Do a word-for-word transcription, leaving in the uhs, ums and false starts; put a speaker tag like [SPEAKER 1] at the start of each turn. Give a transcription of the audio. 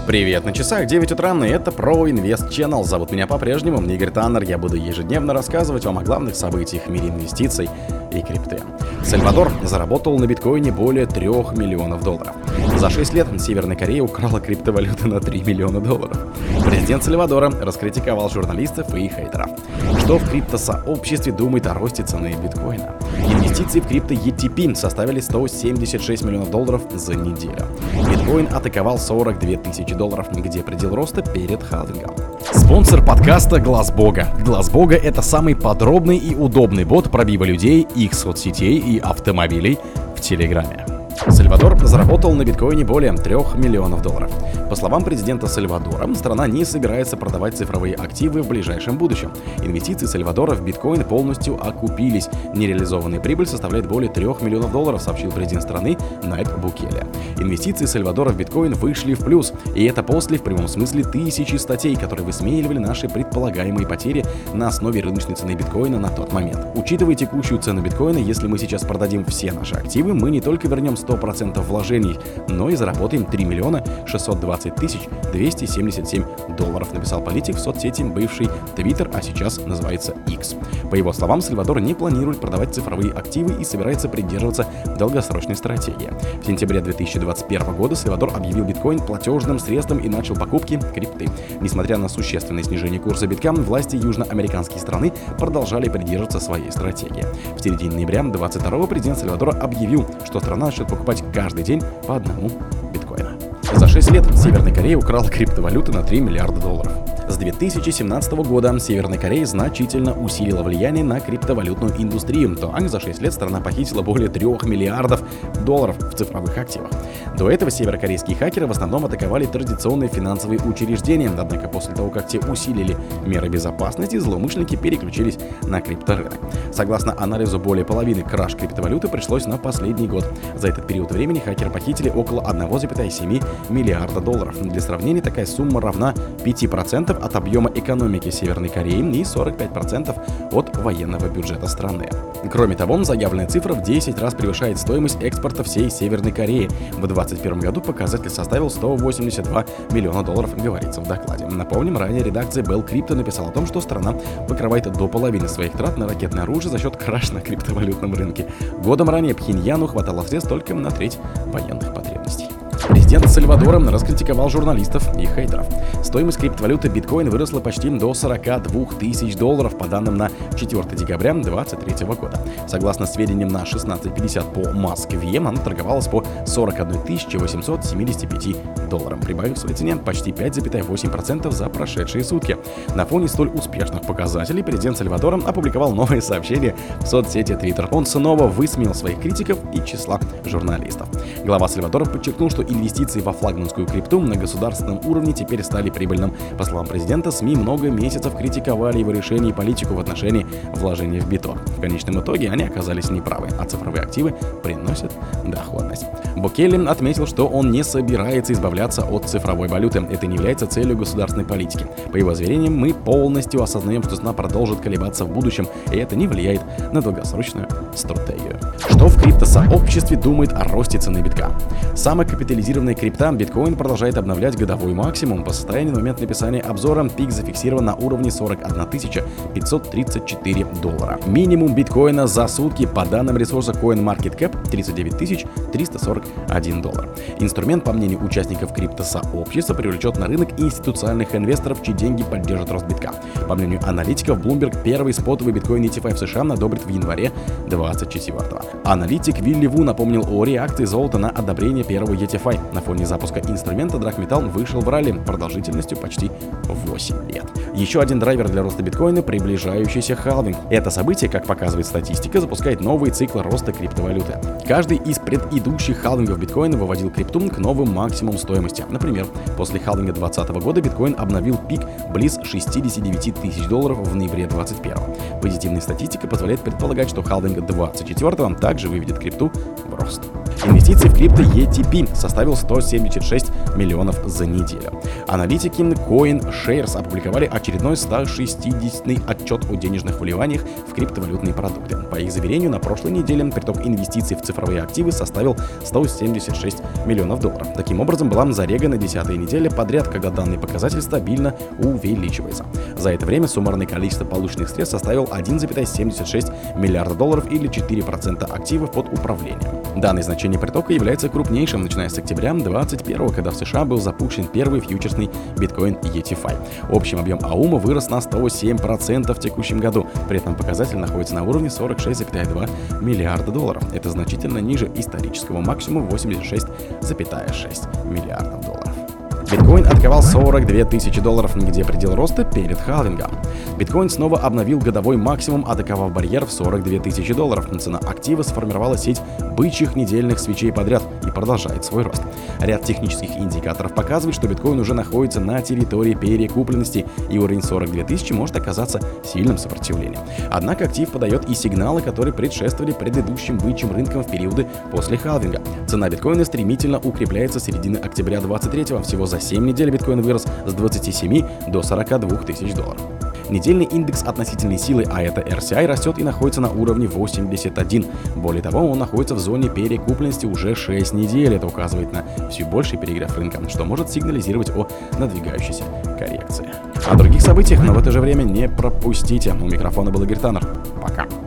[SPEAKER 1] Привет, на часах девять утра, и это Pro Invest Channel. Зовут меня по-прежнему Игорь Таннер. Я буду ежедневно рассказывать вам о главных событиях в мире инвестиций и крипты. Сальвадор заработал на биткоине более трех миллионов долларов. За шесть лет Северная Корея украла криптовалюты на три миллиона долларов. Президент Сальвадора раскритиковал журналистов и хейтеров. Что в криптосообществе думает о росте цены биткоина? Инвестиции в крипто и ти пи составили сто семьдесят шесть миллионов долларов за неделю. Биткоин атаковал сорок две тысячи долларов, где предел роста перед халвингом. Спонсор подкаста Глаз Бога. Глаз Бога — это самый подробный и удобный бот пробива людей, их соцсетей и автомобилей в Телеграме. Сальвадор заработал на биткоине более трех миллионов долларов. По словам президента Сальвадора, страна не собирается продавать цифровые активы в ближайшем будущем. Инвестиции Сальвадора в биткоин полностью окупились. Нереализованная прибыль составляет более трех миллионов долларов, сообщил президент страны Найб Букеле. Инвестиции Сальвадора в биткоин вышли в плюс, и это после, в прямом смысле, тысячи статей, которые высмеивали наши предполагаемые потери на основе рыночной цены биткоина на тот момент. Учитывая текущую цену биткоина, если мы сейчас продадим все наши активы, мы не только вернем сто процентов вложений, но и заработаем три миллиона шестьсот двадцать тысяч двести семьдесят семь долларов, написал политик в соцсети бывший Twitter, а сейчас называется X. По его словам, Сальвадор не планирует продавать цифровые активы и собирается придерживаться долгосрочной стратегии. В сентябре две тысячи двадцать первого года Сальвадор объявил биткоин платежным средством и начал покупки крипты. Несмотря на существенное снижение курса битка, власти южноамериканской страны продолжали придерживаться своей стратегии. В середине ноября двадцать второго президент Сальвадора объявил, что страна начнет покупать каждый день по одному биткоина. За шесть лет Северная Корея украла криптовалюты на три миллиарда долларов. С две тысячи семнадцатого года Северная Корея значительно усилила влияние на криптовалютную индустрию. Так, за шесть лет страна похитила более трех миллиардов долларов в цифровых активах. До этого северокорейские хакеры в основном атаковали традиционные финансовые учреждения, однако после того, как те усилили меры безопасности, злоумышленники переключились на крипторынок. Согласно анализу, более половины краж криптовалюты пришлось на последний год. За этот период времени хакеры похитили около одна целая семь миллиарда долларов. Для сравнения, такая сумма равна пяти процентам от объема экономики Северной Кореи и сорок пять процентов от военного бюджета страны. Кроме того, заявленная цифра в десять раз превышает стоимость экспорта всей Северной Кореи. В двадцать первом году показатель составил сто восемьдесят два миллиона долларов, говорится в докладе. Напомним, ранее редакция Bell Crypto написала о том, что страна покрывает до половины своих трат на ракетное оружие за счет краж на криптовалютном рынке. Годом ранее Пхеньяну хватало средств только на треть военных потребностей. Президент Сальвадора раскритиковал журналистов и хейтеров. Стоимость криптовалюты биткоин выросла почти до сорока двух тысяч долларов по данным на четвёртого декабря две тысячи двадцать третьего года. Согласно сведениям на шестнадцать пятьдесят по Москве, она торговалась по сорок одна тысяча восемьсот семьдесят пять долларов, прибавив в своей цене почти пять целых восемь десятых процента за прошедшие сутки. На фоне столь успешных показателей президент Сальвадора опубликовал новое сообщение в соцсети Twitter. Он снова высмеял своих критиков и числа журналистов. Глава Сальвадора подчеркнул, что инвестиции во флагманскую крипту на государственном уровне теперь стали прибыльным. По словам президента, СМИ много месяцев критиковали его решение и политику в отношении вложений в биток. В конечном итоге они оказались неправы, а цифровые активы приносят доходность. Букеле отметил, что он не собирается избавляться от цифровой валюты. Это не является целью государственной политики. По его заверениям, мы полностью осознаем, что цена продолжит колебаться в будущем, и это не влияет на долгосрочную стратегию. Что в криптосообществе думает о росте цены битка? Самая капитализированная крипта биткоин продолжает обновлять годовой максимум. По состоянию на момент написания обзора пик зафиксирован на уровне сорок одна тысяча пятьсот тридцать четыре доллара. Минимум биткоина за сутки по данным ресурса CoinMarketCap тридцать девять тысяч триста сорок один доллар. Инструмент, по мнению участников криптосообщества, привлечет на рынок институциональных инвесторов, чьи деньги поддержат рост битка. По мнению аналитиков, Bloomberg первый спотовый биткоин и ти эф в США одобрит в январе двадцать четвёртого. Аналитик Вилли Ву напомнил о реакции золота на одобрение первого и ти эф. На фоне запуска инструмента Драгметалл вышел в ралли продолжительностью почти восемь лет. Еще один драйвер для роста биткоина — приближающийся халвинг. Это событие, как показывает статистика, запускает новый цикл роста криптовалюты. Каждый из предыдущих халвингов биткоина выводил крипту к новым максимум стоимости. Например, после халвинга двадцатого года биткоин обновил пик близ шестьдесят девять тысяч долларов в ноябре двадцать первого. Позитивная статистика позволяет предполагать, что халвинг двадцать четвёртого также выведет крипту в рост. Инвестиции в крипто и ти пи составил сто семьдесят шесть миллионов за неделю. Аналитики CoinShares опубликовали очередной ста шестидесятый отчет о денежных вливаниях в криптовалютные продукты. По их заверению, на прошлой неделе приток инвестиций в цифровые активы составил сто семьдесят шесть миллионов долларов. Таким образом, была зарегана десятая неделя подряд, когда данный показатель стабильно увеличивается. За это время суммарное количество полученных средств составил один целых семьдесят шесть миллиарда долларов или четыре процента активов под управлением. Данное значение притока является крупнейшим, начиная с октября двадцать первого, когда в США был запущен первый фьючерсный биткоин и ти эф ай. Общий объем АУМа вырос на сто семь процентов в текущем году. При этом показатель находится на уровне сорок шесть целых два миллиарда долларов. Это значительно ниже исторического максимума восемьдесят шесть целых шесть миллиардов долларов. Биткоин атаковал сорок две тысячи долларов, нигде предел роста перед халвингом. Биткоин снова обновил годовой максимум, атаковав барьер в сорок две тысячи долларов. Цена актива сформировала сеть бычьих недельных свечей подряд и продолжает свой рост. Ряд технических индикаторов показывает, что биткоин уже находится на территории перекупленности, и уровень сорок две тысячи может оказаться сильным сопротивлением. Однако актив подает и сигналы, которые предшествовали предыдущим бычьим рынкам в периоды после халвинга. Цена биткоина стремительно укрепляется с середины октября двадцать третьего. Всего за семь недель биткоин вырос с двадцати семи до сорока двух тысяч долларов. Недельный индекс относительной силы, а это эр си ай, растет и находится на уровне восемьдесят один. Более того, он находится в зоне перекупленности уже шесть недель. Это указывает на все больший перегрев рынка, что может сигнализировать о надвигающейся коррекции. О других событиях, но в это же время не пропустите. У микрофона был Игорь Таннер. Пока.